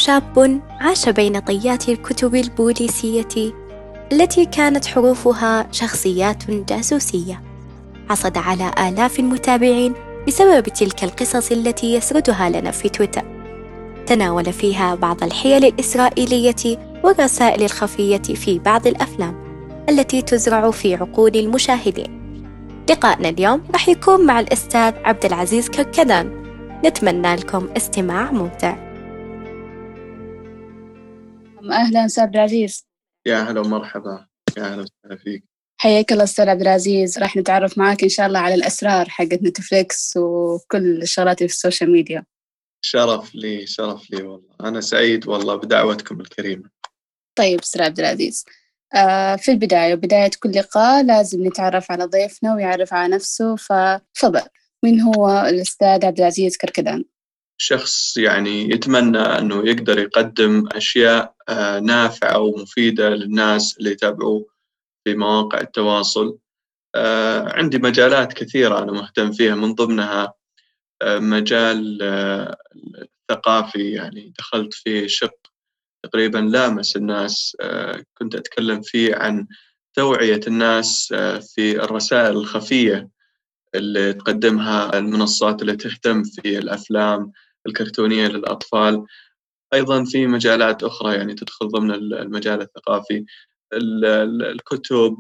شاب عاش بين طيات الكتب البوليسية التي كانت حروفها شخصيات جاسوسية. حصد على آلاف المتابعين بسبب تلك القصص التي يسردها لنا في تويتر. تناول فيها بعض الحيل الإسرائيلية والرسائل الخفية في بعض الأفلام التي تزرع في عقول المشاهدين. لقاءنا اليوم رح يكون مع الأستاذ عبد العزيز كركدان. نتمنى لكم استماع ممتع. أهلا أستاذ عبد العزيز. يا هلا ومرحبا، يا هلا وسهلا فيك. حياك الله أستاذ عبد العزيز. راح نتعرف معك إن شاء الله على الأسرار حقت نتفليكس وكل الشغلات في السوشيال ميديا. شرف لي والله، أنا سعيد والله بدعوتكم الكريمة. طيب أستاذ عبد العزيز، في بداية كل لقاء لازم نتعرف على ضيفنا ويعرف على نفسه، ففضل من هو الأستاذ عبد العزيز كركدان؟ شخص يعني يتمنى أنه يقدر يقدم أشياء نافعة ومفيدة للناس اللي يتابعوه في مواقع التواصل. عندي مجالات كثيرة أنا مهتم فيها، من ضمنها مجال الثقافي، يعني دخلت في شق تقريبا لامس الناس. كنت أتكلم فيه عن توعية الناس في الرسائل الخفية اللي تقدمها المنصات اللي تهتم في الأفلام الكرتونية للأطفال. أيضا في مجالات أخرى يعني تدخل ضمن المجال الثقافي، الكتب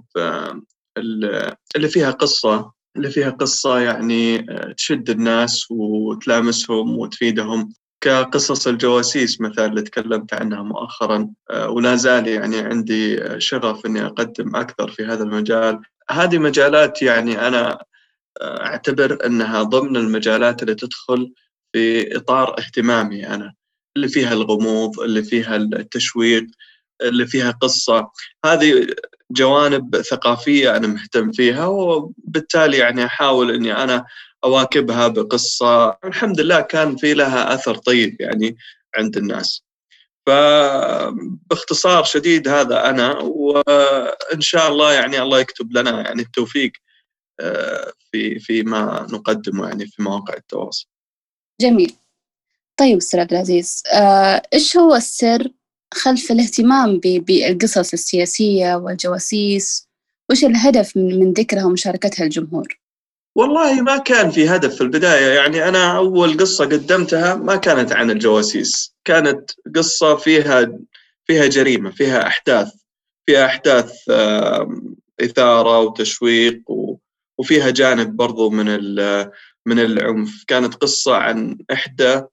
اللي فيها قصة يعني تشد الناس وتلامسهم وتفيدهم، كقصص الجواسيس مثلا اللي تكلمت عنها مؤخرا. ولا زال يعني عندي شغف أني أقدم أكثر في هذا المجال. هذه مجالات يعني أنا أعتبر أنها ضمن المجالات اللي تدخل في إطار اهتمامي أنا، اللي فيها الغموض، اللي فيها التشويق، اللي فيها قصة. هذه جوانب ثقافية أنا مهتم فيها، وبالتالي يعني أحاول أني أنا أواكبها بقصة الحمد لله كان في لها أثر طيب يعني عند الناس. فباختصار شديد هذا أنا، وإن شاء الله يعني الله يكتب لنا يعني التوفيق في ما نقدمه يعني في مواقع التواصل. جميل. طيب أستاذ عبد العزيز، إيش هو السر خلف الاهتمام بالقصص السياسية والجواسيس؟ وإيش الهدف من ذكرها ومشاركتها الجمهور؟ والله ما كان في هدف في البداية، يعني أنا أول قصة قدمتها ما كانت عن الجواسيس، كانت قصة فيها جريمة، فيها أحداث إثارة وتشويق، وفيها جانب برضو من العنف. كانت قصة عن إحدى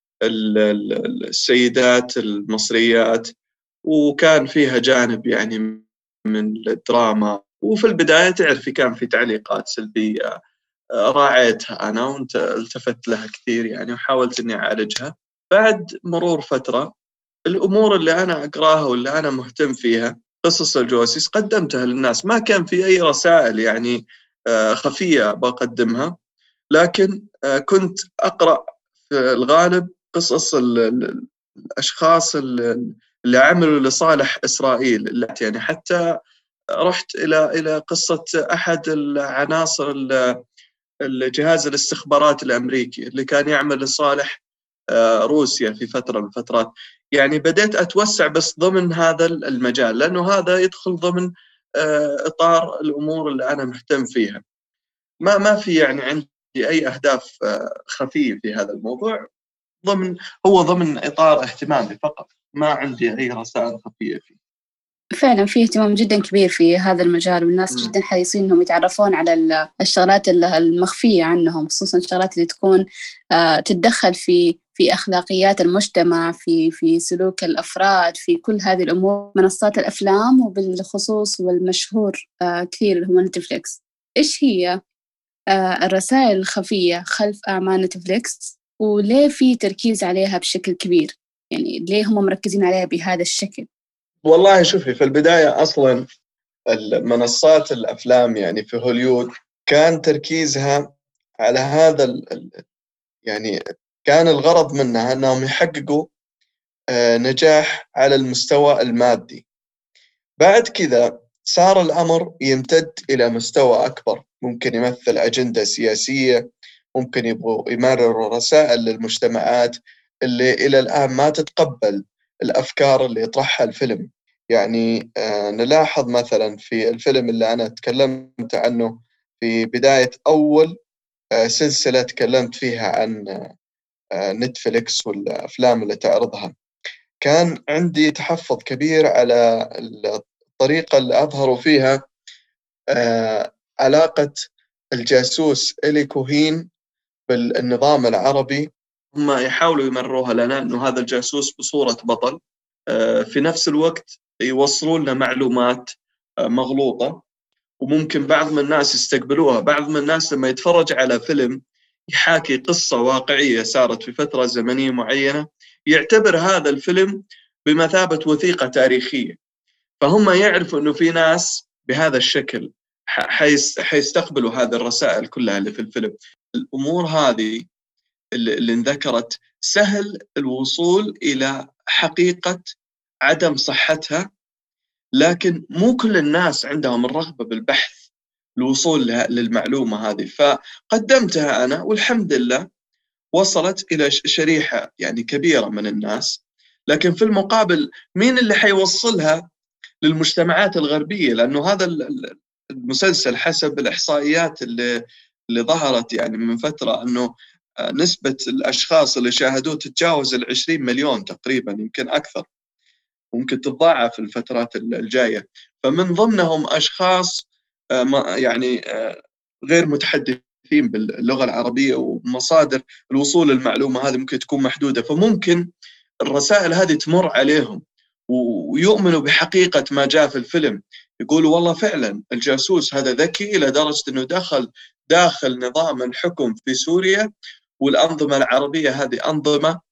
السيدات المصريات، وكان فيها جانب يعني من الدراما. وفي البداية تعرفي كان في تعليقات سلبية، راعيتها أنا وانت التفت لها كثير يعني، وحاولت أني أعالجها. بعد مرور فترة الأمور اللي أنا أقراها واللي أنا مهتم فيها، قصص الجواسيس، قدمتها للناس. ما كان في أي رسائل يعني خفية بقدمها، لكن كنت أقرأ في الغالب قصص الأشخاص اللي عملوا لصالح إسرائيل. يعني حتى رحت إلى قصة أحد العناصر الجهاز الاستخبارات الأمريكي اللي كان يعمل لصالح روسيا في فترة من الفترات. يعني بديت أتوسع بس ضمن هذا المجال، لأنه هذا يدخل ضمن إطار الأمور اللي أنا مهتم فيها. ما في يعني عندي أي أهداف خفية في هذا الموضوع، ضمن إطار اهتمامي فقط، ما عندي أي رسائل خفية فيه. فعلا في اهتمام جدا كبير في هذا المجال، والناس جدا حريصين انهم يتعرفون على الشغلات المخفية عنهم، خصوصا الشغلات اللي تكون تتدخل في أخلاقيات المجتمع، في سلوك الأفراد، في كل هذه الأمور. منصات الأفلام وبالخصوص والمشهور كثير اللي هو نتفليكس. إيش هي الرسائل الخفية خلف أعمال نتفليكس، وليه في تركيز عليها بشكل كبير؟ يعني ليه هم مركزين عليها بهذا الشكل؟ والله شوفي، في البداية أصلاً المنصات الأفلام يعني في هوليود كان تركيزها على هذا يعني كان الغرض منها أنهم يحققوا نجاح على المستوى المادي. بعد كذا صار الأمر يمتد إلى مستوى أكبر، ممكن يمثل أجندة سياسية، ممكن يبغوا يمرروا رسائل للمجتمعات اللي إلى الآن ما تتقبل الأفكار اللي يطرحها الفيلم. يعني نلاحظ مثلا في الفيلم اللي أنا تكلمت عنه في بداية أول سلسلة تكلمت فيها عن نتفليكس والأفلام اللي تعرضها، كان عندي تحفظ كبير على الطريقة اللي أظهروا فيها علاقة الجاسوس إلي كوهين بالنظام العربي. هم يحاولوا يمروها لنا أنه هذا الجاسوس بصورة بطل، في نفس الوقت يوصلوا لنا معلومات مغلوطة، وممكن بعض من الناس يستقبلوها. بعض من الناس لما يتفرج على فيلم يحاكي قصة واقعية صارت في فترة زمنية معينة، يعتبر هذا الفيلم بمثابة وثيقة تاريخية. فهم يعرفوا أنه في ناس بهذا الشكل حيستقبلوا هذه الرسائل كلها اللي في الفيلم. الأمور هذه اللي انذكرت سهل الوصول إلى حقيقة عدم صحتها، لكن مو كل الناس عندهم الرغبة بالبحث الوصول للمعلومة هذه. فقدمتها أنا والحمد لله وصلت إلى شريحة يعني كبيرة من الناس، لكن في المقابل مين اللي حيوصلها للمجتمعات الغربية؟ لأنه هذا المسلسل حسب الإحصائيات اللي ظهرت يعني من فترة، أنه نسبة الأشخاص اللي شاهدوه تتجاوز 20 مليون تقريبا، يمكن أكثر، ممكن تتضاعف في الفترات الجاية. فمن ضمنهم أشخاص يعني غير متحدثين باللغة العربية، ومصادر الوصول للمعلومة هذه ممكن تكون محدودة. فممكن الرسائل هذه تمر عليهم ويؤمنوا بحقيقة ما جاء في الفيلم، يقولوا والله فعلا الجاسوس هذا ذكي إلى درجة أنه داخل نظام الحكم في سوريا، والأنظمة العربية هذه أنظمة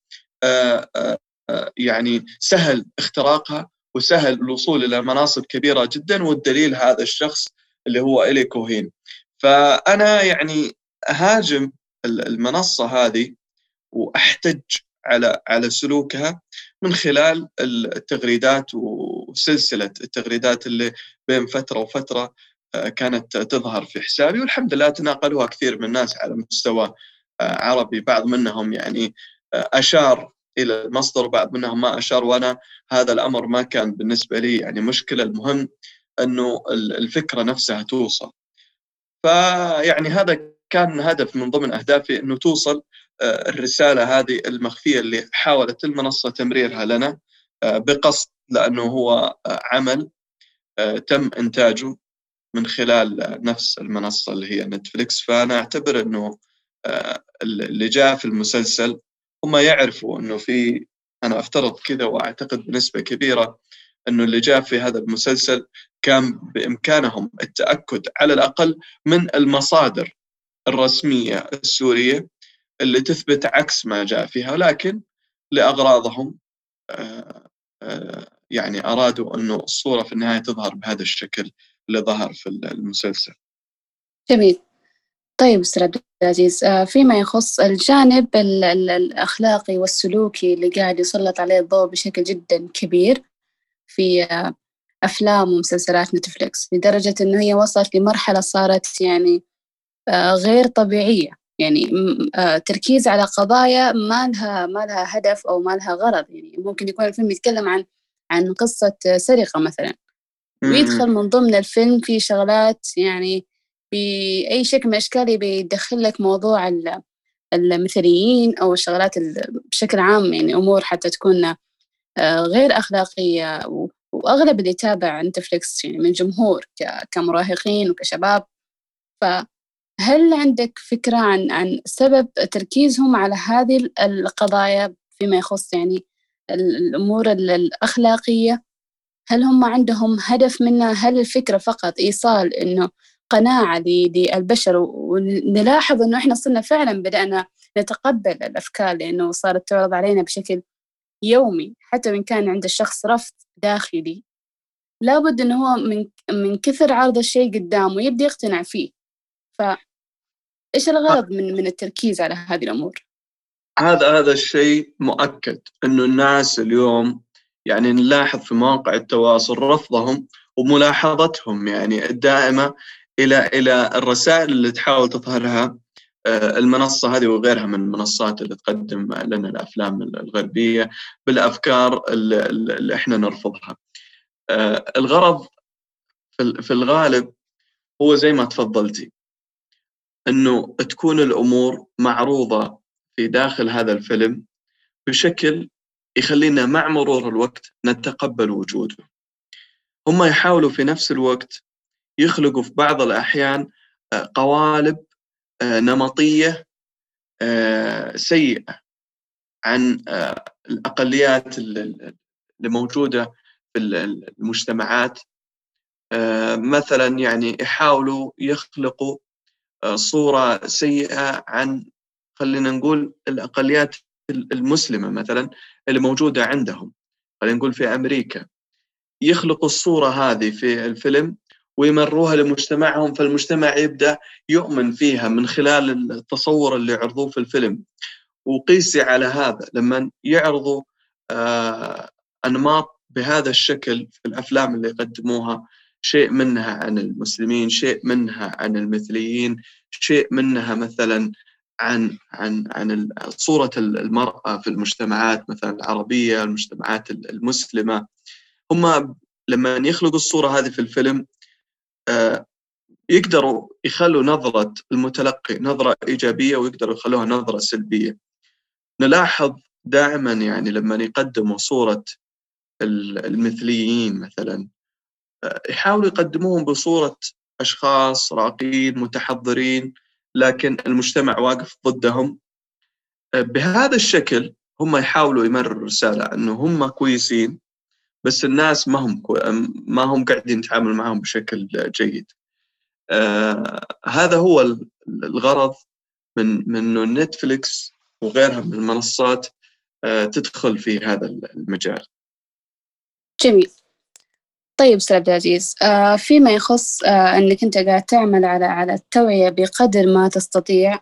يعني سهل اختراقها وسهل الوصول إلى مناصب كبيرة جدا، والدليل هذا الشخص اللي هو إلي كوهين. فأنا يعني أهاجم المنصة هذه وأحتج على سلوكها من خلال التغريدات وسلسلة التغريدات اللي بين فترة وفترة كانت تظهر في حسابي، والحمد لله تناقلوها كثير من الناس على مستوى عربي. بعض منهم يعني أشار إلى المصدر، بعض منهم ما أشار، وأنا هذا الأمر ما كان بالنسبة لي يعني مشكلة. المهم أنه الفكرة نفسها توصل. فيعني هذا كان هدف من ضمن أهدافي، أنه توصل الرسالة هذه المخفية اللي حاولت المنصة تمريرها لنا بقصد، لأنه هو عمل تم إنتاجه من خلال نفس المنصة اللي هي نتفليكس. فأنا أعتبر أنه اللي جاء في المسلسل هم يعرفوا أنه أنا أفترض كذا وأعتقد بنسبة كبيرة أنه اللي جاء في هذا المسلسل كان بإمكانهم التأكد على الأقل من المصادر الرسمية السورية اللي تثبت عكس ما جاء فيها، لكن لأغراضهم يعني أرادوا أنه الصورة في النهاية تظهر بهذا الشكل اللي ظهر في المسلسل. جميل. طيب أستاذ عبد العزيز، فيما يخص الجانب الأخلاقي والسلوكي اللي قاعد يسلط عليه الضوء بشكل جدا كبير في أفلام ومسلسلات نتفليكس، لدرجة إنه هي وصلت لمرحلة صارت يعني غير طبيعية، يعني تركيز على قضايا ما لها هدف أو ما لها غرض. يعني ممكن يكون الفيلم يتكلم عن قصة سرقة مثلا، ويدخل من ضمن الفيلم في شغلات يعني بأي شكل من الأشكال بيدخل لك موضوع المثليين أو الشغلات بشكل عام، يعني أمور حتى تكون غير أخلاقية. وأغلب اللي يتابع نتفليكس يعني من جمهور كمراهقين وكشباب. فهل عندك فكرة عن سبب تركيزهم على هذه القضايا فيما يخص يعني الأمور الأخلاقية؟ هل هم عندهم هدف منها؟ هل الفكرة فقط إيصال إنه قناعة للبشر؟ ونلاحظ إنه إحنا صرنا فعلا بدأنا نتقبل الأفكار لأنه صارت تعرض علينا بشكل يومي، حتى وإن كان عند الشخص رفض داخلي لابد إنه هو من كثر عرض الشيء قدامه يبدأ يقتنع فيه. فإيش الغرض من التركيز على هذه الأمور؟ هذا الشيء مؤكد إنه الناس اليوم يعني نلاحظ في مواقع التواصل رفضهم وملاحظتهم يعني الدائمة إلى الرسائل اللي تحاول تظهرها المنصة هذه وغيرها من المنصات اللي تقدم لنا الأفلام الغربية بالأفكار اللي إحنا نرفضها. الغرض في الغالب هو زي ما تفضلتي، أنه تكون الأمور معروضة في داخل هذا الفيلم بشكل يخلينا مع مرور الوقت نتقبل وجوده. هم يحاولوا في نفس الوقت يخلقوا في بعض الأحيان قوالب نمطية سيئة عن الأقليات اللي موجودة في المجتمعات. مثلا يعني يحاولوا يخلقوا صورة سيئة عن، خلينا نقول، الأقليات المسلمة مثلا اللي موجودة عندهم، خلينا نقول في أمريكا. يخلقوا الصورة هذه في الفيلم ويمروها لمجتمعهم، فالمجتمع يبدأ يؤمن فيها من خلال التصور اللي يعرضوه في الفيلم. وقيسي على هذا لما يعرضوا أنماط بهذا الشكل في الأفلام اللي يقدموها، شيء منها عن المسلمين، شيء منها عن المثليين، شيء منها مثلا عن صورة المرأة في المجتمعات مثلا العربية، المجتمعات المسلمة. هم لما يخلقوا الصورة هذه في الفيلم يقدروا يخلوا نظرة المتلقي نظرة إيجابية، ويقدروا يخلوها نظرة سلبية. نلاحظ دائما يعني لما يقدموا صورة المثليين مثلا يحاولوا يقدموهم بصورة أشخاص راقين متحضرين، لكن المجتمع واقف ضدهم. بهذا الشكل هم يحاولوا يمرروا رسالة أنه هم كويسين، بس الناس ما هم قاعدين يتعاملوا معهم بشكل جيد. هذا هو الغرض من إنه نتفليكس وغيرها من المنصات تدخل في هذا المجال. جميل. طيب أستاذ عبد العزيز، فيما يخص أنك أنت قاعد تعمل على التوعية بقدر ما تستطيع،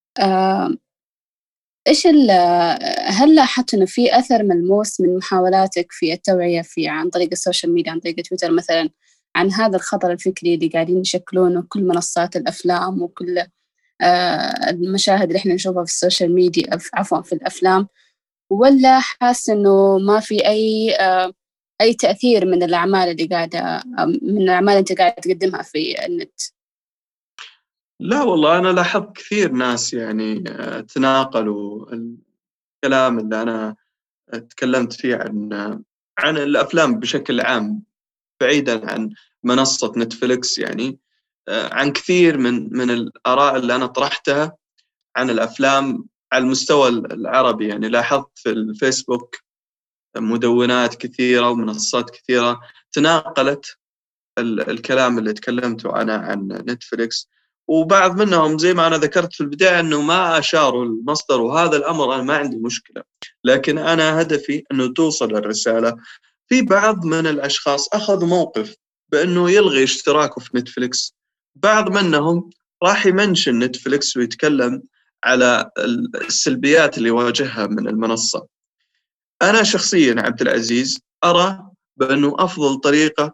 إيش هل لاحظت إنه في أثر ملموس من محاولاتك في التوعية عن طريق السوشيال ميديا، عن طريق تويتر مثلا، عن هذا الخطر الفكري اللي قاعدين يشكلونه كل منصات الأفلام وكل المشاهد اللي إحنا نشوفها في السوشيال ميديا، عفوا في الأفلام؟ ولا حاس إنه ما في أي تأثير من الأعمال اللي من الأعمال أنت قاعد تقدمها في النت؟ لا والله، أنا لاحظت كثير ناس يعني تناقلوا الكلام اللي أنا تكلمت فيه عن الأفلام بشكل عام، بعيدا عن منصة نتفليكس. يعني عن كثير من الآراء اللي أنا طرحتها عن الأفلام على المستوى العربي. يعني لاحظت في الفيسبوك مدونات كثيرة ومنصات كثيرة تناقلت الكلام اللي تكلمته أنا عن نتفليكس، وبعض منهم زي ما أنا ذكرت في البداية أنه ما أشاروا المصدر، وهذا الأمر أنا ما عندي مشكلة، لكن أنا هدفي أنه توصل الرسالة. في بعض من الأشخاص أخذوا موقف بأنه يلغي اشتراكه في نتفليكس، بعض منهم راح يمنشن نتفليكس ويتكلم على السلبيات اللي يواجهها من المنصة. أنا شخصياً عبد العزيز أرى بأنه أفضل طريقة،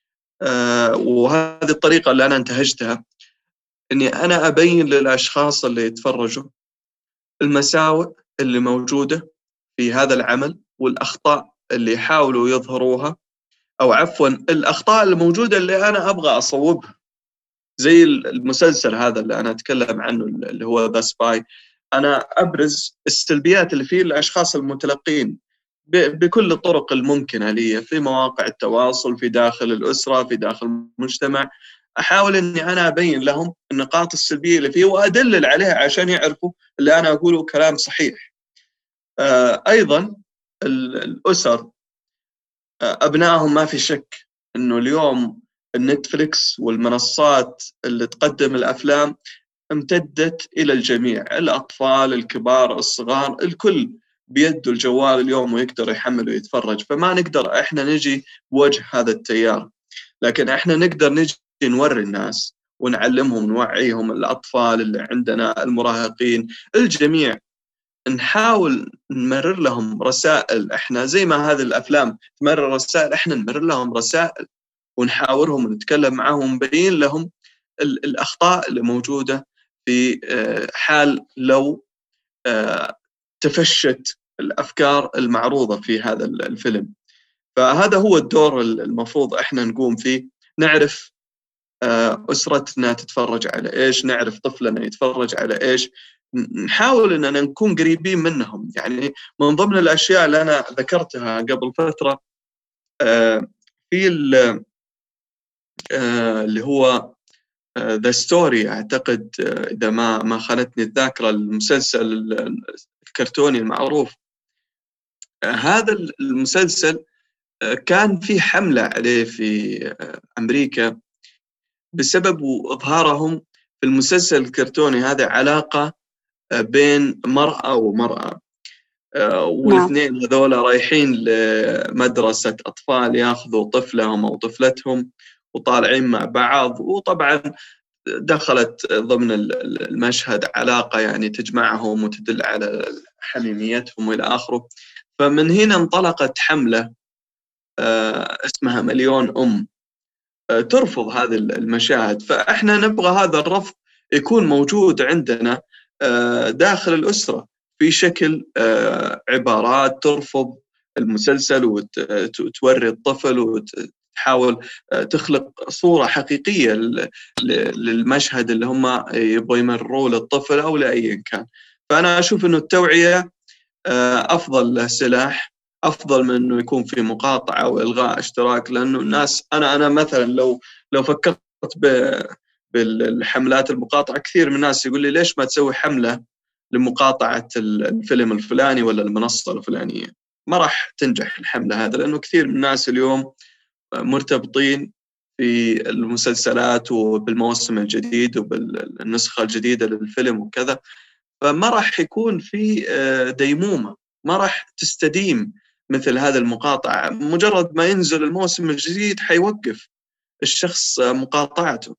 وهذه الطريقة اللي أنا انتهجتها، أني أنا أبين للأشخاص اللي يتفرجوا المساوئ اللي موجودة في هذا العمل والأخطاء اللي يحاولوا يظهروها، أو عفواً الأخطاء الموجودة اللي أنا أبغى أصوبها. زي المسلسل هذا اللي أنا أتكلم عنه اللي هو The Spy، أنا أبرز السلبيات اللي فيه للأشخاص المتلقين بكل الطرق الممكنة لي، في مواقع التواصل، في داخل الأسرة، في داخل المجتمع. أحاول أني أنا أبين لهم النقاط السلبية اللي فيه وأدلل عليها عشان يعرفوا اللي أنا أقوله كلام صحيح. أيضا الأسر أبنائهم ما في شك أنه اليوم النتفليكس والمنصات اللي تقدم الأفلام امتدت إلى الجميع، الأطفال، الكبار، الصغار، الكل بيده الجوال اليوم ويقدر يحمل ويتفرج. فما نقدر إحنا نجي بوجه هذا التيار، لكن إحنا نقدر نجي نوري الناس ونعلمهم نوعيهم، الأطفال اللي عندنا، المراهقين، الجميع، نحاول نمرر لهم رسائل. إحنا زي ما هذه الأفلام تمرر رسائل، إحنا نمرر لهم رسائل ونحاورهم ونتكلم معهم ونبين لهم الأخطاء اللي موجودة في حال لو تفشت الأفكار المعروضة في هذا الفيلم. فهذا هو الدور المفروض إحنا نقوم فيه، نعرف أسرتنا تتفرج على إيش، نعرف طفلنا يتفرج على إيش، نحاول أننا نكون قريبين منهم. يعني من ضمن الأشياء اللي أنا ذكرتها قبل فترة في اللي هو The Story، أعتقد إذا ما خانتني الذاكرة، المسلسل الكرتوني المعروف. هذا المسلسل كان في حملة عليه في أمريكا بسبب إظهارهم في المسلسل الكرتوني هذا علاقة بين مرأة ومرأة، والاثنين هذولا رايحين لمدرسة أطفال ياخذوا طفلهم أو طفلتهم وطالعين مع بعض، وطبعا دخلت ضمن المشهد علاقة يعني تجمعهم وتدل على حميميتهم وإلى آخره. فمن هنا انطلقت حملة اسمها مليون أم ترفض هذه المشاهد. فإحنا نبغى هذا الرفض يكون موجود عندنا داخل الأسرة في شكل عبارات ترفض المسلسل وتوري الطفل وتحاول تخلق صورة حقيقية للمشهد اللي هم يبغوا يمرروه للطفل أو لأي كان. فأنا أشوف أنه التوعية أفضل سلاح، أفضل من أنه يكون في مقاطعة وإلغاء اشتراك. لأنه الناس أنا مثلا لو فكرت بالحملات المقاطعة، كثير من الناس يقول لي ليش ما تسوي حملة لمقاطعة الفيلم الفلاني ولا المنصة الفلانية؟ ما راح تنجح الحملة هذا، لأنه كثير من الناس اليوم مرتبطين في المسلسلات وبالموسم الجديد وبالنسخة الجديدة للفيلم وكذا، فما راح يكون في ديمومة، ما راح تستديم مثل هذه المقاطعة. مجرد ما ينزل الموسم الجديد حيوقف الشخص مقاطعته.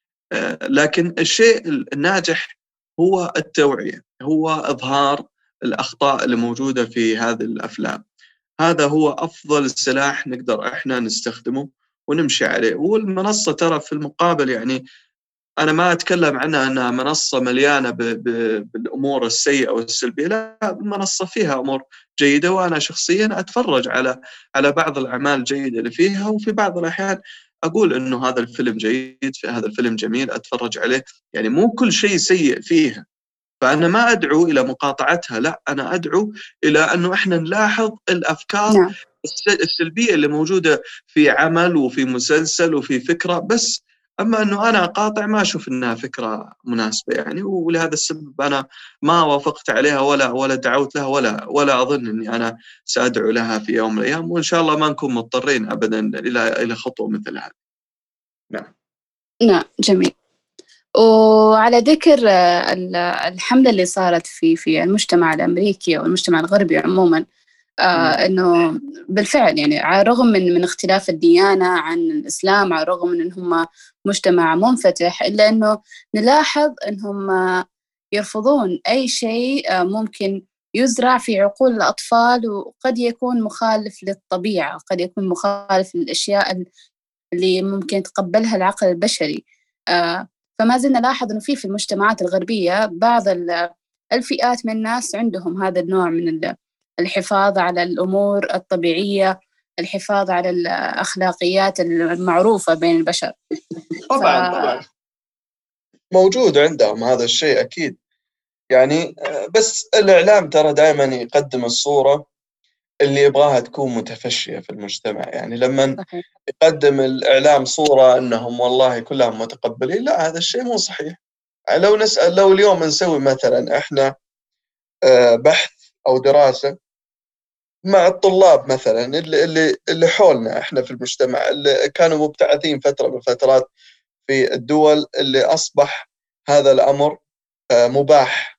لكن الشيء الناجح هو التوعية، هو إظهار الأخطاء اللي موجودة في هذه الأفلام. هذا هو أفضل سلاح نقدر إحنا نستخدمه ونمشي عليه. والمنصة ترى في المقابل، يعني أنا ما أتكلم عنها أنها منصة مليانة بالأمور السيئة والسلبية، لا، المنصة فيها أمور جيدة، وأنا شخصيا أتفرج على بعض الأعمال الجيدة اللي فيها، وفي بعض الأحيان أقول إنه هذا الفيلم جيد، هذا الفيلم جميل، أتفرج عليه. يعني مو كل شيء سيء فيها، فأنا ما أدعو إلى مقاطعتها، لا، أنا أدعو إلى أنه إحنا نلاحظ الأفكار السلبية اللي موجودة في عمل وفي مسلسل وفي فكرة بس. أما أنه أنا أقاطع، ما أشوف أنها فكرة مناسبة يعني، ولهذا السبب أنا ما وافقت عليها ولا دعوت لها ولا أظن أني أنا سأدعو لها في يوم من الأيام، وإن شاء الله ما نكون مضطرين أبدا إلى خطوة مثل هذه. نعم، جميل. وعلى ذكر الحملة اللي صارت في المجتمع الأمريكي أو المجتمع الغربي عموما، إنه بالفعل يعني على الرغم من اختلاف الديانة عن الإسلام، على الرغم من إنهم مجتمع منفتح، إلا إنه نلاحظ إنهم يرفضون أي شيء ممكن يزرع في عقول الأطفال، وقد يكون مخالف للطبيعة، قد يكون مخالف للأشياء اللي ممكن يتقبلها العقل البشري. فما زلنا نلاحظ إنه في المجتمعات الغربية بعض الفئات من الناس عندهم هذا النوع من الحفاظ على الأمور الطبيعية، الحفاظ على الأخلاقيات المعروفة بين البشر. طبعا موجود عندهم هذا الشيء أكيد يعني، بس الإعلام ترى دائما يقدم الصورة اللي يبغاها تكون متفشية في المجتمع. يعني لما يقدم الإعلام صورة أنهم والله كلهم متقبلين، لا، هذا الشيء مو صحيح. لو اليوم نسوي مثلا إحنا بحث أو دراسة مع الطلاب مثلا اللي حولنا إحنا في المجتمع، اللي كانوا مبتعثين فترة من الفترات في الدول اللي أصبح هذا الأمر مباح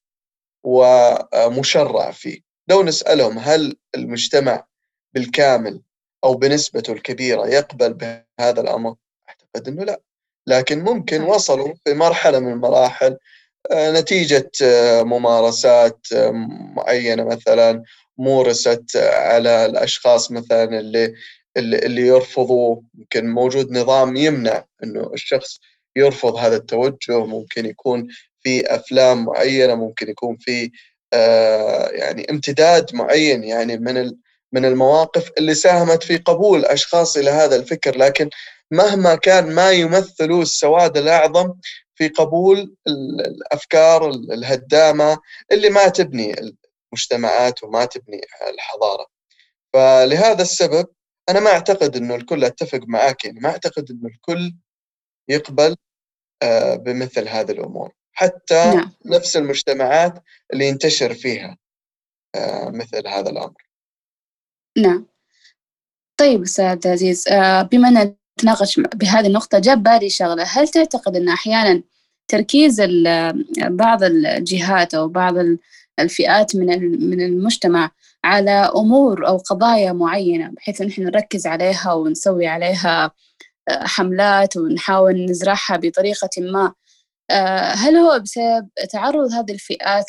ومشرع فيه، لو نسألهم هل المجتمع بالكامل أو بنسبته الكبيرة يقبل بهذا الأمر؟ أعتقد أنه لا. لكن ممكن وصلوا في مرحلة من المراحل نتيجة ممارسات معينة مثلا مورست على الأشخاص مثلا اللي يرفضوه. ممكن موجود نظام يمنع أنه الشخص يرفض هذا التوجه، ممكن يكون في أفلام معينة، ممكن يكون في يعني امتداد معين يعني من المواقف اللي ساهمت في قبول أشخاص إلى هذا الفكر، لكن مهما كان ما يمثلوا السواد الأعظم في قبول الأفكار الهدامة اللي ما تبني المجتمعات وما تبني الحضارة. فلهذا السبب أنا ما أعتقد أنه الكل أتفق معاك، يعني ما أعتقد أنه الكل يقبل بمثل هذه الأمور، حتى نعم. نفس المجتمعات اللي ينتشر فيها مثل هذا الأمر. نعم. طيب أستاذ عزيز، بما أن نتناقش بهذه النقطة جاب بالي شغلة، هل تعتقد أن أحيانا تركيز بعض الجهات أو بعض الفئات من المجتمع على أمور أو قضايا معينة بحيث أن احنا نركز عليها ونسوي عليها حملات ونحاول نزرعها بطريقة ما، هل هو بسبب تعرض هذه الفئات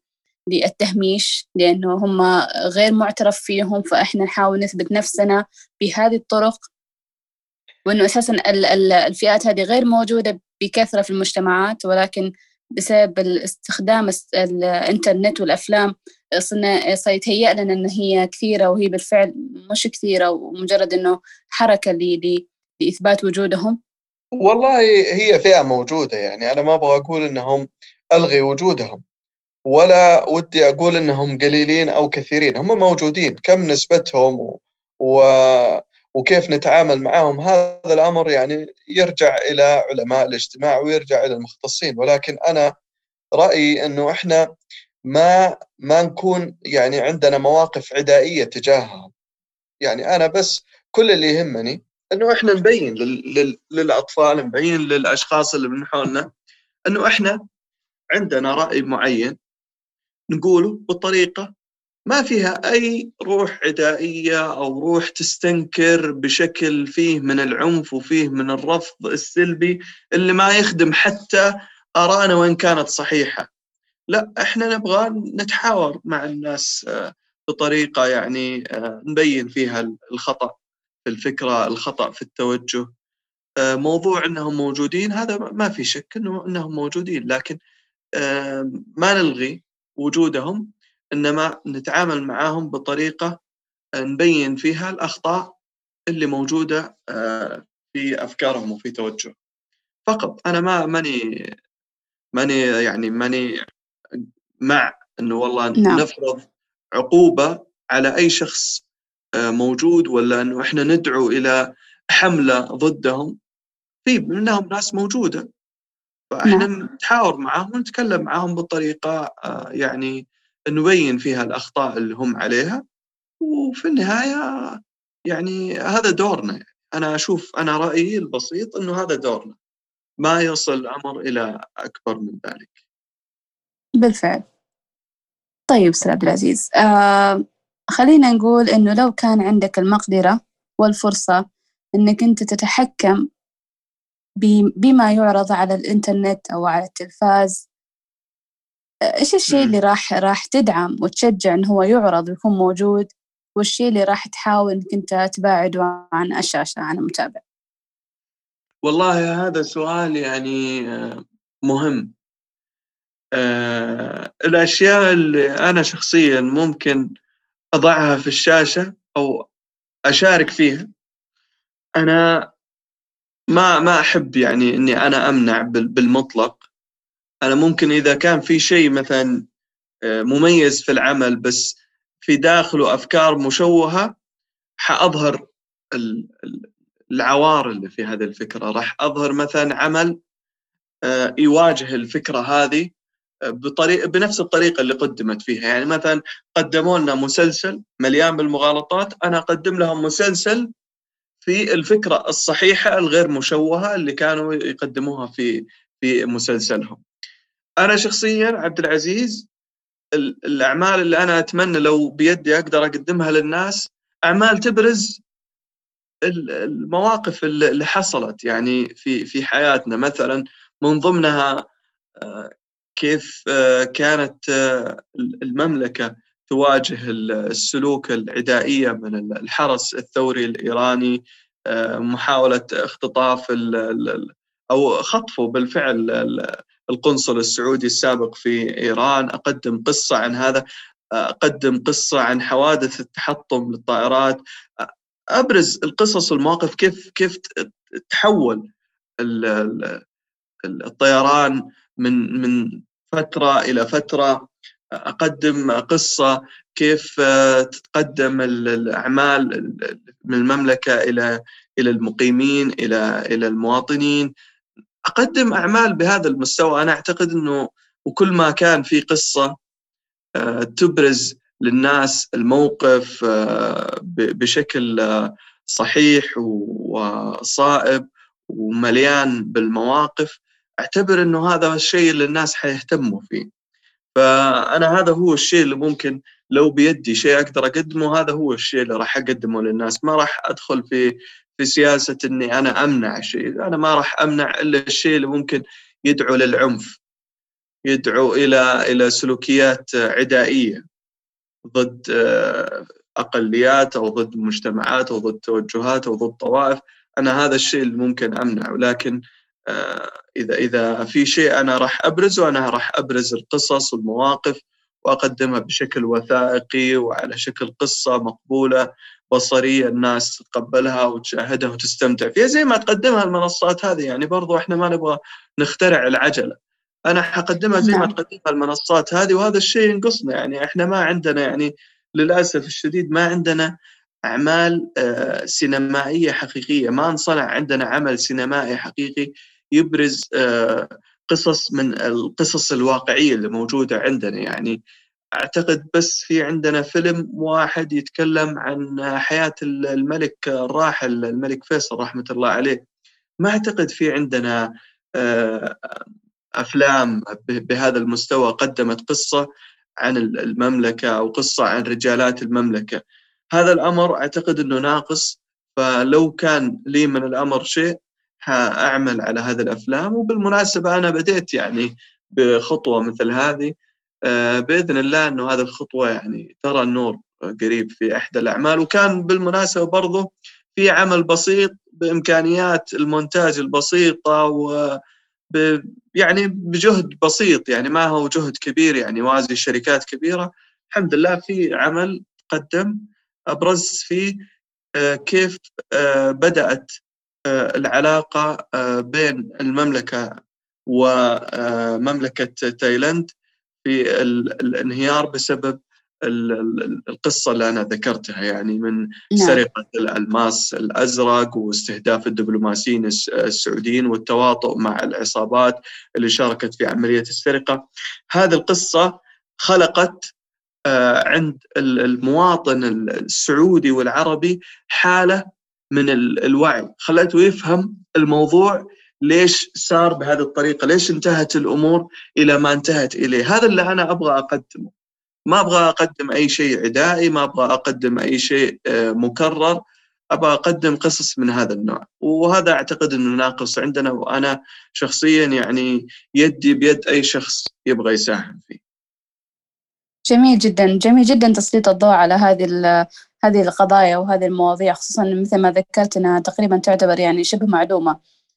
للتهميش لأنه هم غير معترف فيهم، فإحنا نحاول نثبت نفسنا بهذه الطرق، وأنه أساساً الفئات هذه غير موجودة بكثرة في المجتمعات، ولكن بسبب استخدام الإنترنت والأفلام سيتهيأ لنا أن هي كثيرة وهي بالفعل مش كثيرة، ومجرد أنه حركة لإثبات وجودهم؟ والله هي فئة موجودة، يعني أنا ما أبغى أقول إنهم ألغي وجودهم، ولا ودي أقول إنهم قليلين أو كثيرين، هم موجودين. كم نسبتهم وكيف نتعامل معهم، هذا الأمر يعني يرجع إلى علماء الاجتماع ويرجع إلى المختصين، ولكن أنا رأيي إنه إحنا ما نكون يعني عندنا مواقف عدائية تجاههم. يعني أنا بس كل اللي يهمني إنه إحنا نبين للأطفال، نبين للأشخاص اللي من حولنا إنه إحنا عندنا رأي معين نقوله بطريقة ما فيها أي روح عدائية أو روح تستنكر بشكل فيه من العنف وفيه من الرفض السلبي اللي ما يخدم حتى آراءنا وإن كانت صحيحة. لا، إحنا نبغى نتحاور مع الناس بطريقة يعني نبين فيها الخطأ في الفكرة، الخطأ في التوجه. موضوع أنهم موجودين هذا ما في شك أنهم موجودين، لكن ما نلغي وجودهم، إنما نتعامل معهم بطريقة نبين فيها الأخطاء اللي موجودة في أفكارهم وفي توجه فقط. أنا ماني مع إنه والله نعم. نفرض عقوبة على أي شخص موجود، ولا إنه إحنا ندعو إلى حملة ضدهم. في منهم ناس موجودة، فإحنا نتحاور معهم ونتكلم معهم بطريقة يعني نبين فيها الأخطاء اللي هم عليها، وفي النهاية يعني هذا دورنا. يعني أنا أشوف، أنا رأيي البسيط إنه هذا دورنا، ما يصل الأمر إلى أكبر من ذلك. بالفعل. طيب أستاذ عبد العزيز، خلينا نقول إنه لو كان عندك المقدرة والفرصة إنك أنت تتحكم بما يعرض على الإنترنت أو على التلفاز، إيش الشيء اللي راح تدعم وتشجع إنه هو يعرض ويكون موجود، والشيء اللي راح تحاول إنك أنت تباعده عن الشاشة عن المتابع؟ والله هذا سؤال يعني مهم. الأشياء اللي أنا شخصيا ممكن أضعها في الشاشة أو أشارك فيها، أنا ما أحب يعني إني أنا أمنع بالمطلق. أنا ممكن إذا كان في شيء مثلا مميز في العمل بس في داخله أفكار مشوهة، حأظهر العوار اللي في هذه الفكرة. راح أظهر مثلا عمل يواجه الفكرة هذه بنفس الطريقة اللي قدمت فيها. يعني مثلا قدموا لنا مسلسل مليان بالمغالطات، أنا أقدم لهم مسلسل في الفكرة الصحيحة الغير مشوهة اللي كانوا يقدموها في مسلسلهم. أنا شخصيا عبد العزيز، الأعمال اللي أنا أتمنى لو بيدي أقدر أقدمها للناس، أعمال تبرز المواقف اللي حصلت يعني في حياتنا. مثلا من ضمنها كيف كانت المملكة تواجه السلوك العدائية من الحرس الثوري الإيراني، محاولة اختطاف أو خطفه بالفعل القنصل السعودي السابق في إيران، أقدم قصة عن هذا، أقدم قصة عن حوادث التحطم للطائرات، أبرز القصص والمواقف كيف تحول الطيران من فترة إلى فترة. أقدم قصة كيف تتقدم الأعمال من المملكة إلى المقيمين، إلى المواطنين. أقدم أعمال بهذا المستوى. أنا أعتقد أنه وكل ما كان في قصة تبرز للناس الموقف بشكل صحيح وصائب ومليان بالمواقف، أعتبر أنه هذا الشيء اللي الناس حيهتموا فيه. فأنا هذا هو الشيء اللي ممكن لو بيدي شيء أقدر أقدمه، هذا هو الشيء اللي راح أقدمه للناس. ما راح أدخل في سياسة أني أنا أمنع شيء، أنا ما راح أمنع إلا الشيء اللي ممكن يدعو للعنف، يدعو إلى سلوكيات عدائية ضد أقليات أو ضد مجتمعات أو ضد توجهات أو ضد طوائف. أنا هذا الشيء اللي ممكن أمنعه. لكن إذا في شيء أنا راح أبرزه، أنا راح أبرز القصص والمواقف وأقدمها بشكل وثائقي وعلى شكل قصة مقبولة بصرية، الناس تتقبلها وتشاهدها وتستمتع فيها زي ما تقدمها المنصات هذه. يعني برضو إحنا ما نبغى نخترع العجلة، أنا حقدمها زي ما تقدمها المنصات هذه، وهذا الشيء ينقصنا. يعني إحنا ما عندنا، يعني للأسف الشديد ما عندنا أعمال سينمائية حقيقية، ما انصنع عندنا عمل سينمائي حقيقي يبرز قصص من القصص الواقعية اللي موجودة عندنا. يعني أعتقد بس في عندنا فيلم واحد يتكلم عن حياة الملك الراحل الملك فيصل رحمة الله عليه. ما أعتقد في عندنا أفلام بهذا المستوى قدمت قصة عن المملكة أو قصة عن رجالات المملكة. هذا الأمر أعتقد أنه ناقص. فلو كان لي من الأمر شيء هأعمل على هذه الأفلام. وبالمناسبة أنا بديت يعني بخطوة مثل هذه، بإذن الله أنه هذه الخطوة يعني ترى النور قريب في إحدى الأعمال. وكان بالمناسبة برضو في عمل بسيط بإمكانيات المونتاج البسيطة يعني بجهد بسيط، يعني ما هو جهد كبير يعني وازي شركات كبيرة. الحمد لله في عمل قدم أبرز فيه كيف بدأت العلاقة بين المملكة ومملكة تايلاند في الانهيار بسبب القصة اللي أنا ذكرتها، يعني من سرقة الألماس الأزرق واستهداف الدبلوماسيين السعوديين والتواطؤ مع العصابات اللي شاركت في عملية السرقة. هذه القصة خلقت عند المواطن السعودي والعربي حالة من الوعي، خلته يفهم الموضوع ليش صار بهذه الطريقة، ليش انتهت الأمور إلى ما انتهت إليه. هذا اللي أنا أبغى أقدمه. ما أبغى أقدم أي شيء عدائي، ما أبغى أقدم أي شيء مكرر، أبغى أقدم قصص من هذا النوع. وهذا أعتقد أنه ناقص عندنا، وأنا شخصيا يعني يدي بيد أي شخص يبغى يساهم فيه. جميل جدا، جميل جدا تسليط الضوء على هذه القضايا وهذه المواضيع، خصوصا مثل ما ذكرت أنها تقريبا تعتبر يعني شبه معدومة.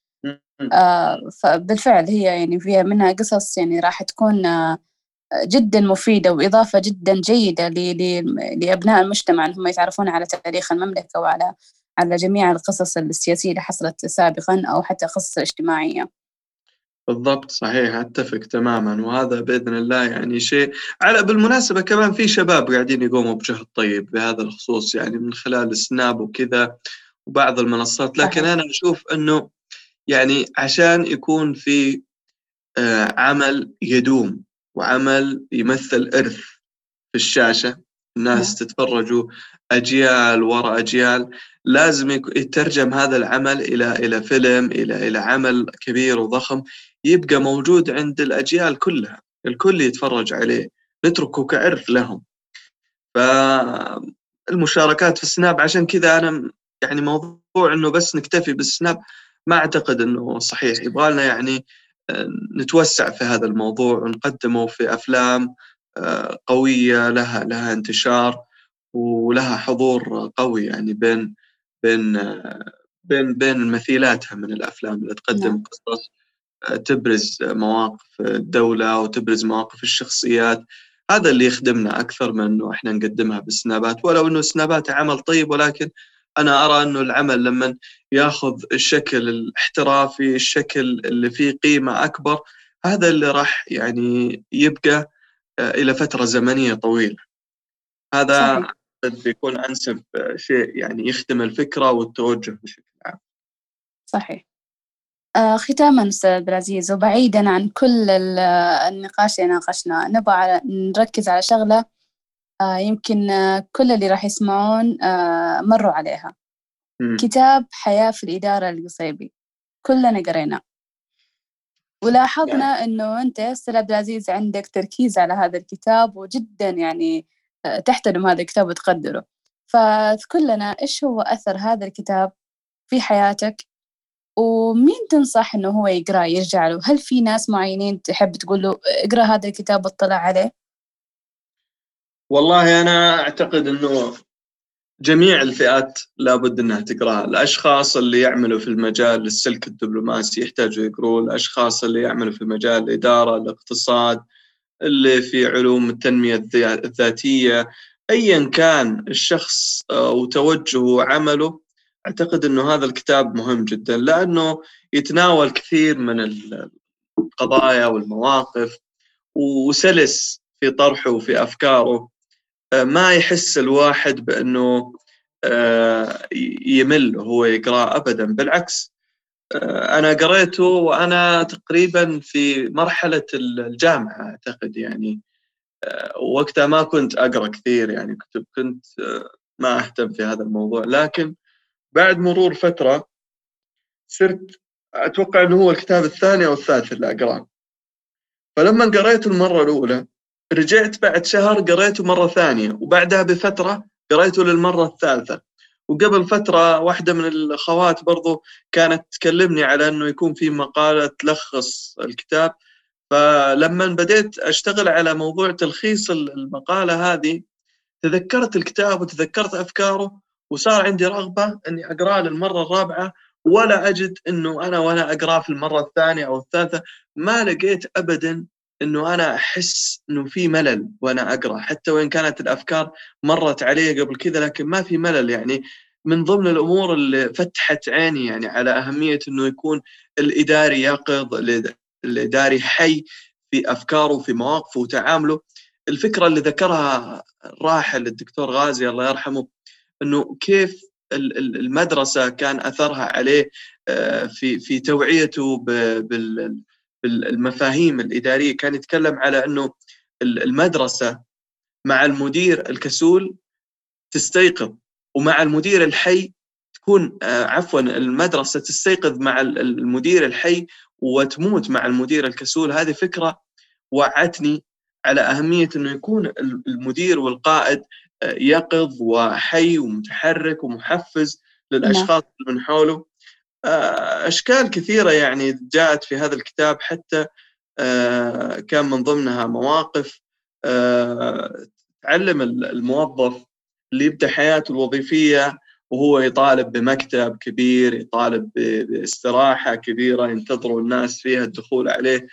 فبالفعل هي يعني فيها منها قصص يعني راح تكون جدا مفيدة وإضافة جدا جيدة لأبناء المجتمع أنهم يتعرفون على تاريخ المملكة وعلى جميع القصص السياسية اللي حصلت سابقا أو حتى القصص الاجتماعية. بالضبط، صحيح، أتفق تماما. وهذا بإذن الله يعني شيء. بالمناسبة كمان في شباب قاعدين يقوموا بجهد طيب بهذا الخصوص، يعني من خلال السناب وكذا وبعض المنصات. لكن صحيح. أنا أشوف أنه يعني عشان يكون في عمل يدوم وعمل يمثل إرث في الشاشة، الناس تتفرجوا أجيال وراء أجيال، لازم يترجم هذا العمل إلى فيلم، إلى عمل كبير وضخم يبقى موجود عند الأجيال كلها، الكل يتفرج عليه، نتركه كإرث لهم. فالمشاركات في السناب، عشان كذا أنا يعني موضوع أنه بس نكتفي بالسناب ما أعتقد أنه صحيح. يبغالنا يعني نتوسع في هذا الموضوع ونقدمه في أفلام قوية لها انتشار ولها حضور قوي، يعني بين مثيلاتها من الأفلام اللي تقدم قصص تبرز مواقف الدولة وتبرز مواقف الشخصيات. هذا اللي يخدمنا أكثر من أنه إحنا نقدمها بالسنابات، ولو أنه السنابات عمل طيب، ولكن أنا أرى أنه العمل لما يأخذ الشكل الاحترافي، الشكل اللي فيه قيمة أكبر، هذا اللي راح يعني يبقى إلى فترة زمنية طويلة. هذا صحيح. بيكون أنسب شيء يعني يخدم الفكرة والتوجه بشكل عام. صحيح. ختاما أستاذ عبد العزيز، وبعيدا عن كل النقاش اللي ناقشناه، نبغى نركز على شغلة يمكن كل اللي راح يسمعون مروا عليها. كتاب حياة في الإدارة القصيبي كلنا قريناه، ولاحظنا إنه أنت أستاذ عبد العزيز عندك تركيز على هذا الكتاب، وجدا يعني تحترم هذا الكتاب وتقدره. فاذكر لنا إيش هو أثر هذا الكتاب في حياتك، ومين تنصح إنه هو يقرأ يرجع له؟ هل في ناس معينين تحب تقول له اقرأ هذا الكتاب واطلع عليه؟ والله أنا أعتقد أنه جميع الفئات لابد أنها تقرأها. الأشخاص اللي يعملوا في المجال السلك الدبلوماسي يحتاجوا يقروا، الأشخاص اللي يعملوا في مجال الإدارة، الاقتصاد، اللي في علوم التنمية الذاتية، أيا كان الشخص وتوجهه وعمله، أعتقد أنه هذا الكتاب مهم جدا، لأنه يتناول كثير من القضايا والمواقف، وسلس في طرحه وفي أفكاره، ما يحس الواحد بأنه يمل وهو يقرأ أبدا. بالعكس، أنا قرأته وأنا تقريبا في مرحلة الجامعة أعتقد، يعني وقتها ما كنت أقرأ كثير، يعني كنت ما أهتم في هذا الموضوع، لكن بعد مرور فترة صرت أتوقع أنه هو الكتاب الثاني أو الثالث اللي أقرأه. فلما قرأته المرة الأولى رجعت بعد شهر قرأته مرة ثانية، وبعدها بفترة قرأته للمرة الثالثة. وقبل فترة واحدة من الأخوات برضو كانت تكلمني على أنه يكون في مقالة تلخص الكتاب، فلما بديت أشتغل على موضوع تلخيص المقالة هذه تذكرت الكتاب وتذكرت أفكاره، وصار عندي رغبة أني أقرأ للمرة الرابعة، ولا أجد أنه أنا وأنا أقرأ في المرة الثانية أو الثالثة ما لقيت أبدا أنه أنا أحس أنه في ملل وأنا أقرأ، حتى وإن كانت الأفكار مرت علي قبل كذا، لكن ما في ملل. يعني من ضمن الأمور اللي فتحت عيني يعني على أهمية أنه يكون الإداري يقظ، الإداري حي في أفكاره وفي مواقفه وتعامله. الفكرة اللي ذكرها الراحل الدكتور غازي الله يرحمه، أنه كيف المدرسة كان أثرها عليه في توعيته بالمفاهيم الإدارية. كان يتكلم على أنه المدرسة مع المدير الكسول تستيقظ، ومع المدير الحي تكون المدرسة تستيقظ مع المدير الحي وتموت مع المدير الكسول. هذه فكرة وعتني على أهمية أنه يكون المدير والقائد يقظ وحي ومتحرك ومحفز للأشخاص من حوله. أشكال كثيرة يعني جاءت في هذا الكتاب، حتى كان من ضمنها مواقف تعلم الموظف اللي يبدأ حياته الوظيفية وهو يطالب بمكتب كبير، يطالب باستراحة كبيرة ينتظروا الناس فيها الدخول عليه،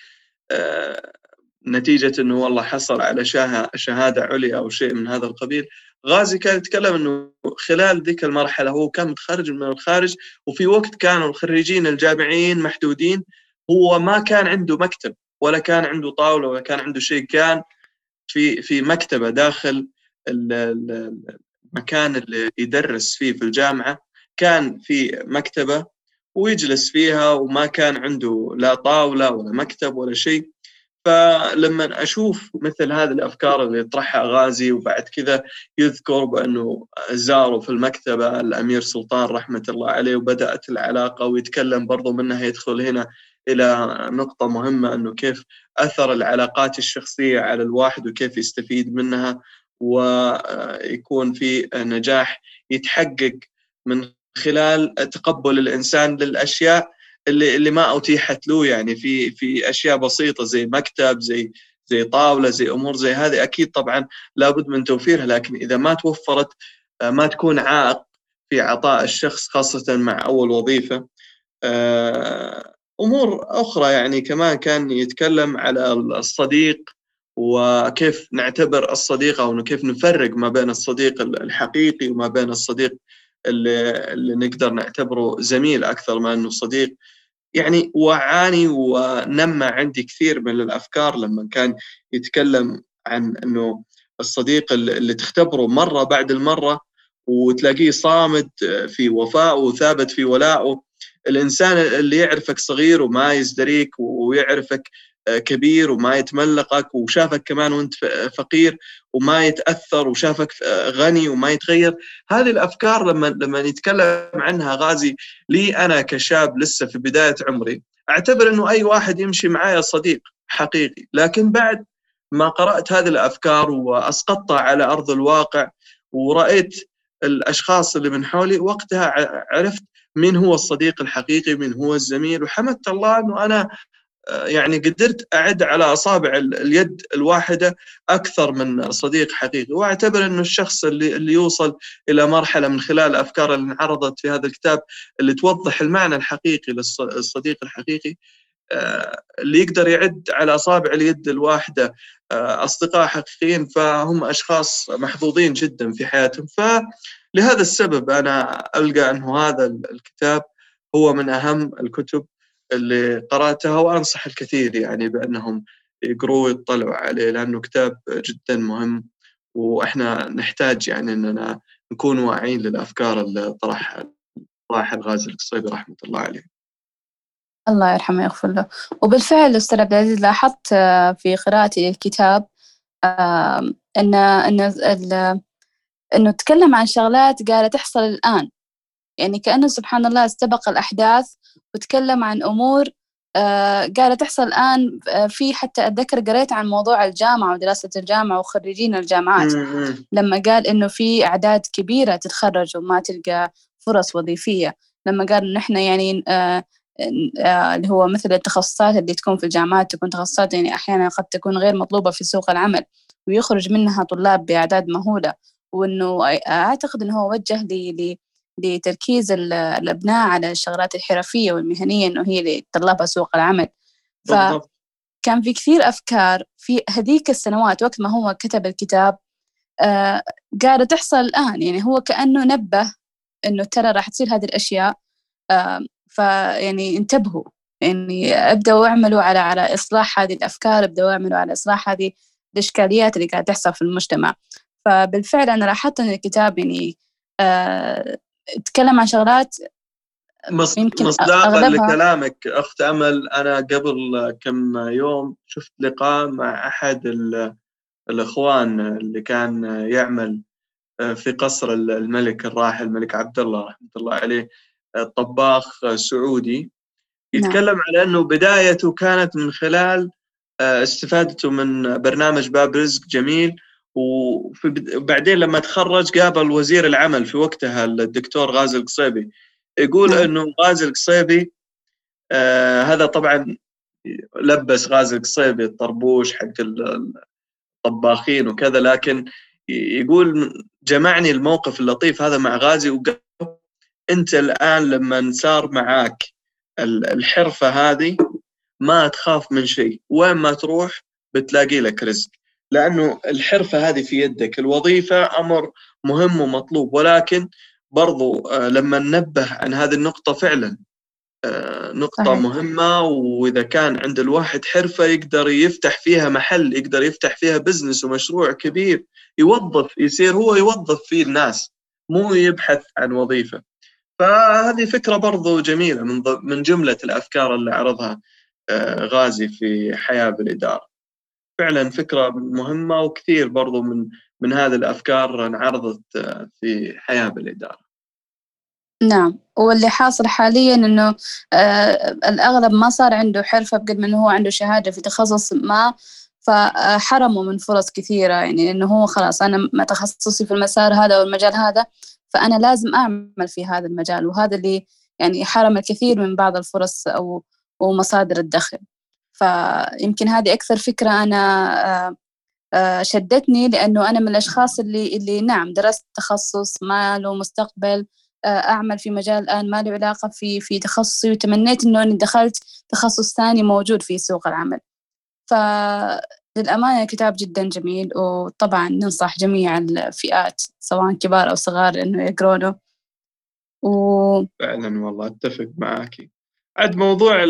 نتيجة أنه والله حصل على شهادة عليا أو شيء من هذا القبيل. غازي كان يتكلم أنه خلال ذيك المرحلة هو كان متخرج من الخارج، وفي وقت كانوا الخريجين الجامعيين محدودين، هو ما كان عنده مكتب ولا كان عنده طاولة ولا كان عنده شيء، كان في مكتبة داخل المكان اللي يدرس فيه في الجامعة، كان في مكتبة ويجلس فيها، وما كان عنده لا طاولة ولا مكتب ولا شيء. فلما أشوف مثل هذه الأفكار اللي يطرحها غازي، وبعد كذا يذكر بأنه زاروا في المكتبة الأمير سلطان رحمة الله عليه وبدأت العلاقة، ويتكلم برضو منها يدخل هنا إلى نقطة مهمة، أنه كيف أثر العلاقات الشخصية على الواحد وكيف يستفيد منها ويكون في نجاح يتحقق من خلال تقبل الإنسان للأشياء اللي ما أتيحت له، يعني في أشياء بسيطة زي مكتب، زي طاولة، زي أمور زي هذه، أكيد طبعا لابد من توفيرها، لكن إذا ما توفرت ما تكون عائق في عطاء الشخص، خاصة مع أول وظيفة. أمور أخرى يعني كمان كان يتكلم على الصديق، وكيف نعتبر الصديق أو كيف نفرق ما بين الصديق الحقيقي وما بين الصديق اللي نقدر نعتبره زميل أكثر ما أنه صديق. يعني وعاني ونمى عندي كثير من الأفكار لما كان يتكلم عن أنه الصديق اللي تختبره مرة بعد المرة وتلاقيه صامد في وفاء وثابت في ولائه. الإنسان اللي يعرفك صغير وما يزدريك ويعرفك كبير وما يتملقك، وشافك كمان وانت فقير وما يتأثر، وشافك غني وما يتغير. هذه الأفكار لما يتكلم عنها غازي لي أنا كشاب لسه في بداية عمري، أعتبر أنه أي واحد يمشي معايا صديق حقيقي. لكن بعد ما قرأت هذه الأفكار وأسقطتها على أرض الواقع ورأيت الأشخاص اللي من حولي، وقتها عرفت مين هو الصديق الحقيقي، مين هو الزميل. وحمدت الله أنه أنا يعني قدرت أعد على أصابع اليد الواحدة أكثر من صديق حقيقي. وأعتبر أنه الشخص اللي يوصل إلى مرحلة من خلال الأفكار اللي انعرضت في هذا الكتاب اللي توضح المعنى الحقيقي للصديق الحقيقي، اللي يقدر يعد على أصابع اليد الواحدة أصدقاء حقيقيين، فهم أشخاص محظوظين جدا في حياتهم. فلهذا السبب أنا ألقى أنه هذا الكتاب هو من أهم الكتب اللي قرأتها، وأنصح الكثير يعني بأنهم يقروا ويطلعوا عليه، لأنه كتاب جدا مهم. وإحنا نحتاج يعني أننا نكون واعيين للأفكار اللي طرحها غازي القصيبي رحمة الله عليه. الله يرحمه ويغفر له. وبالفعل أستاذ عبد العزيز لاحظت في قراءتي للكتاب إنه تكلم عن شغلات قاعدة تحصل الآن، يعني كأنه سبحان الله استبق الأحداث وتكلم عن أمور قاعدة تحصل الآن. في حتى أتذكر قريت عن موضوع الجامعة ودراسة الجامعة وخريجين الجامعات، لما قال إنه في أعداد كبيرة تتخرج وما تلقى فرص وظيفية. لما قال إنه إحنا يعني اللي هو مثل التخصصات اللي تكون في الجامعات تكون تخصصات يعني أحيانا قد تكون غير مطلوبة في سوق العمل، ويخرج منها طلاب بأعداد مهولة. وإنه أعتقد إنه هو وجه لتركيز الأبناء على الشغلات الحرفية والمهنية، إنه هي اللي تطلبها سوق العمل. فكان في كثير أفكار في هذيك السنوات وقت ما هو كتب الكتاب قاعدة تحصل الآن. يعني هو كأنه نبه إنه ترى راح تصير هذه الأشياء، فيعني انتبهوا، يعني ابدأوا اعملوا على إصلاح هذه الأفكار، ابدأوا اعملوا على إصلاح هذه الإشكاليات اللي قاعدة تحصل في المجتمع. فبالفعل أنا لاحظت إن الكتاب يعني تكلم عن شغلات يمكن مصداقا لكلامك أخت أمل. أنا قبل كم يوم شفت لقاء مع أحد الإخوان اللي كان يعمل في قصر الملك الراحل الملك عبد الله رحمة الله عليه، طباخ سعودي، يتكلم على أنه بدايته كانت من خلال استفادته من برنامج باب رزق جميل. وبعدين لما تخرج قابل وزير العمل في وقتها الدكتور غازي القصيبي، يقول أنه غازي القصيبي هذا طبعا لبس غازي القصيبي الطربوش حق الطباخين وكذا، لكن يقول جمعني الموقف اللطيف هذا مع غازي وقال أنت الآن لما صار معاك الحرفة هذه ما تخاف من شيء، وين ما تروح بتلاقي لك رزق، لأنه الحرفة هذه في يدك. الوظيفة أمر مهم ومطلوب، ولكن برضو لما ننبه عن هذه النقطة فعلا نقطة صحيح. مهمة. وإذا كان عند الواحد حرفة يقدر يفتح فيها محل، يقدر يفتح فيها بزنس ومشروع كبير، يوظف، يصير هو يوظف فيه الناس، مو يبحث عن وظيفة. فهذه فكرة برضو جميلة من جملة الأفكار اللي عرضها غازي في حياة بالإدارة. فعلا فكرة مهمة، وكثير برضو من هذه الأفكار انعرضت في حياة بالإدارة. نعم، واللي حاصل حاليا إنه الأغلب ما صار عنده حرفة بقد ما إنه هو عنده شهادة في تخصص ما، فحرموا من فرص كثيرة. يعني إنه هو خلاص أنا ما تخصصي في المسار هذا والمجال هذا، فأنا لازم أعمل في هذا المجال، وهذا اللي يعني حرم الكثير من بعض الفرص أو مصادر الدخل. فيمكن هذه أكثر فكرة أنا شدتني، لأنه أنا من الأشخاص اللي نعم درست تخصص ما له مستقبل أعمل في مجال الآن ما له علاقة في تخصصي، وتمنيت إنه أني دخلت تخصص ثاني موجود في سوق العمل. فللأمانة كتاب جدا جميل، وطبعا ننصح جميع الفئات سواء كبار أو صغار إنه يقرونه. فعلا والله أتفق معاكي. عد موضوع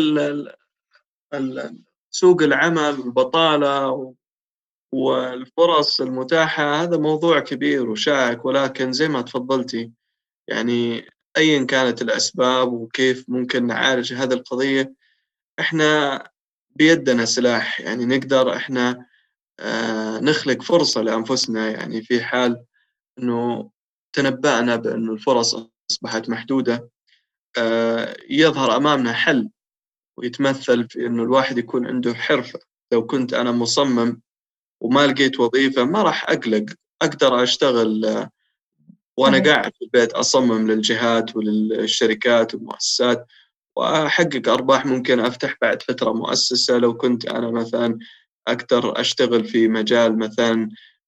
سوق العمل والبطالة والفرص المتاحة هذا موضوع كبير وشائك، ولكن زي ما تفضلتي يعني أيا كانت الأسباب وكيف ممكن نعالج هذه القضية، إحنا بيدنا سلاح، يعني نقدر إحنا نخلق فرصة لأنفسنا. يعني في حال أنه تنبأنا بأنه الفرص أصبحت محدودة، يظهر أمامنا حل ويتمثل في أنه الواحد يكون عنده حرفة. لو كنت أنا مصمم وما لقيت وظيفة ما راح أقلق، أقدر أشتغل وأنا قاعد في البيت، أصمم للجهات وللشركات والمؤسسات وأحقق أرباح. ممكن أفتح بعد فترة مؤسسة لو كنت أنا مثلا أقدر أشتغل في مجال مثلا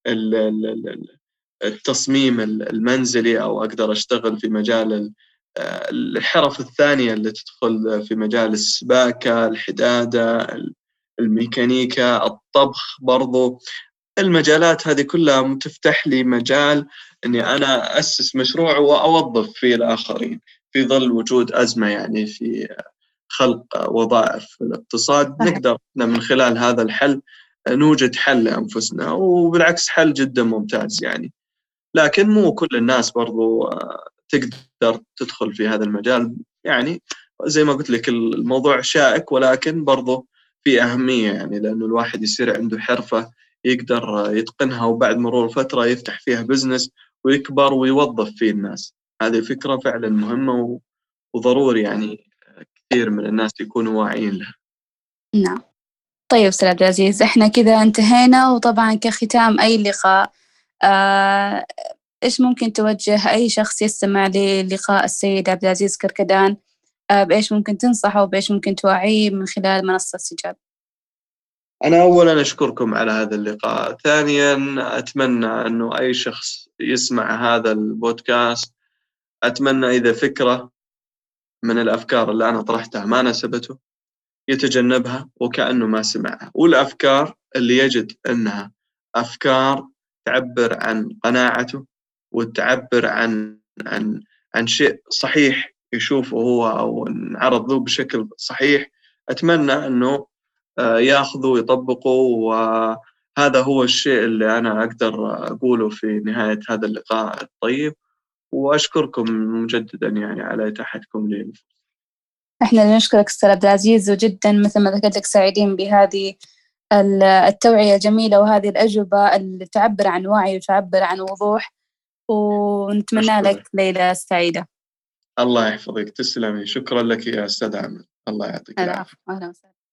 التصميم المنزلي، أو أقدر أشتغل في مجال الحرف الثانية اللي تدخل في مجال السباكة، الحدادة، الميكانيكا، الطبخ. برضو المجالات هذه كلها تفتح لي مجال أني أنا أسس مشروع وأوظف فيه الآخرين في ظل وجود أزمة يعني في خلق وظائف في الاقتصاد. نقدر من خلال هذا الحل نوجد حل لأنفسنا، وبالعكس حل جدا ممتاز يعني. لكن مو كل الناس برضو تقدر تدخل في هذا المجال. يعني زي ما قلت لك الموضوع شائك، ولكن برضو في أهمية، يعني لأنه الواحد يصير عنده حرفة يقدر يتقنها، وبعد مرور فترة يفتح فيها بزنس ويكبر ويوظف فيه الناس. هذه فكرة فعلا مهمة وضروري يعني كثير من الناس يكونوا واعيين لها. نعم. طيب أستاذ عبد العزيز، إحنا كذا انتهينا، وطبعا كختام أي لقاء إيش ممكن توجه أي شخص يستمع للقاء السيد عبد العزيز كركدان؟ بإيش ممكن تنصحه وبإيش ممكن توعيه من خلال منصة سجاد؟ أنا أولا أشكركم على هذا اللقاء. ثانيا أتمنى أنه أي شخص يسمع هذا البودكاست، أتمنى إذا فكرة من الأفكار اللي أنا طرحتها ما ناسبته يتجنبها وكأنه ما سمعها، والأفكار اللي يجد أنها أفكار تعبر عن قناعته وتعبر عن شيء صحيح يشوفه هو أو انعرض له بشكل صحيح، أتمنى أنه ياخذه ويطبقه. وهذا هو الشيء اللي أنا أقدر أقوله في نهاية هذا اللقاء الطيب. وأشكركم مجددا يعني على إتاحتكم لي. إحنا اللي نشكرك أستاذ عبد العزيز، وجدا مثل ما ذكرت لك سعيدين بهذه التوعية الجميلة وهذه الأجوبة اللي تعبر عن وعي وتعبر عن وضوح، ونتمنى لك ليلة سعيدة. الله يحفظك، تسلمي. شكرا لك يا أستاذ عمل، الله يعطيك العافية. أهلا وسهلا.